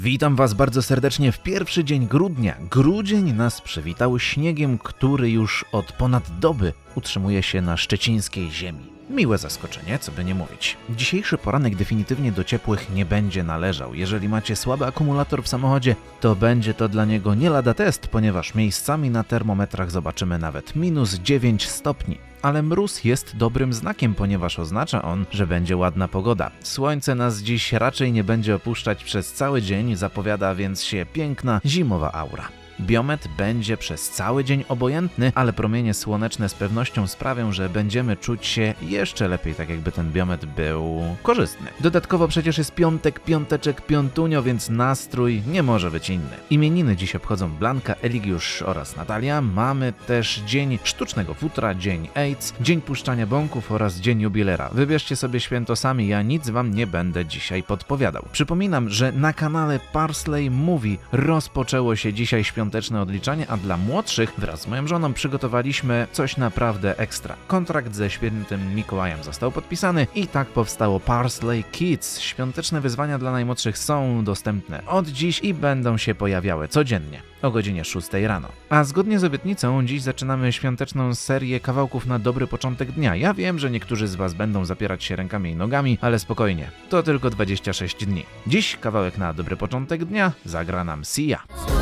Witam Was bardzo serdecznie w pierwszy dzień grudnia. Grudzień nas przywitał śniegiem, który już od ponad doby utrzymuje się na szczecińskiej ziemi. Miłe zaskoczenie, co by nie mówić. Dzisiejszy poranek definitywnie do ciepłych nie będzie należał. Jeżeli macie słaby akumulator w samochodzie, to będzie to dla niego nie lada test, ponieważ miejscami na termometrach zobaczymy nawet -9 stopni. Ale mróz jest dobrym znakiem, ponieważ oznacza on, że będzie ładna pogoda. Słońce nas dziś raczej nie będzie opuszczać przez cały dzień, zapowiada więc się piękna zimowa aura. Biometr będzie przez cały dzień obojętny, ale promienie słoneczne z pewnością sprawią, że będziemy czuć się jeszcze lepiej, tak jakby ten biometr był korzystny. Dodatkowo przecież jest piątek, piąteczek, piątunio, więc nastrój nie może być inny. Imieniny dziś obchodzą Blanka, Eligiusz oraz Natalia. Mamy też Dzień Sztucznego Futra, Dzień AIDS, Dzień Puszczania Bąków oraz Dzień Jubilera. Wybierzcie sobie święto sami, ja nic Wam nie będę dzisiaj podpowiadał. Przypominam, że na kanale Parsley Movie rozpoczęło się dzisiaj świąteczne odliczanie, a dla młodszych wraz z moją żoną przygotowaliśmy coś naprawdę ekstra. Kontrakt ze świętym Mikołajem został podpisany i tak powstało Parsley Kids. Świąteczne wyzwania dla najmłodszych są dostępne od dziś i będą się pojawiały codziennie o godzinie 6 rano. A zgodnie z obietnicą dziś zaczynamy świąteczną serię kawałków na dobry początek dnia. Ja wiem, że niektórzy z Was będą zapierać się rękami i nogami, ale spokojnie, to tylko 26 dni. Dziś kawałek na dobry początek dnia zagra nam Sia.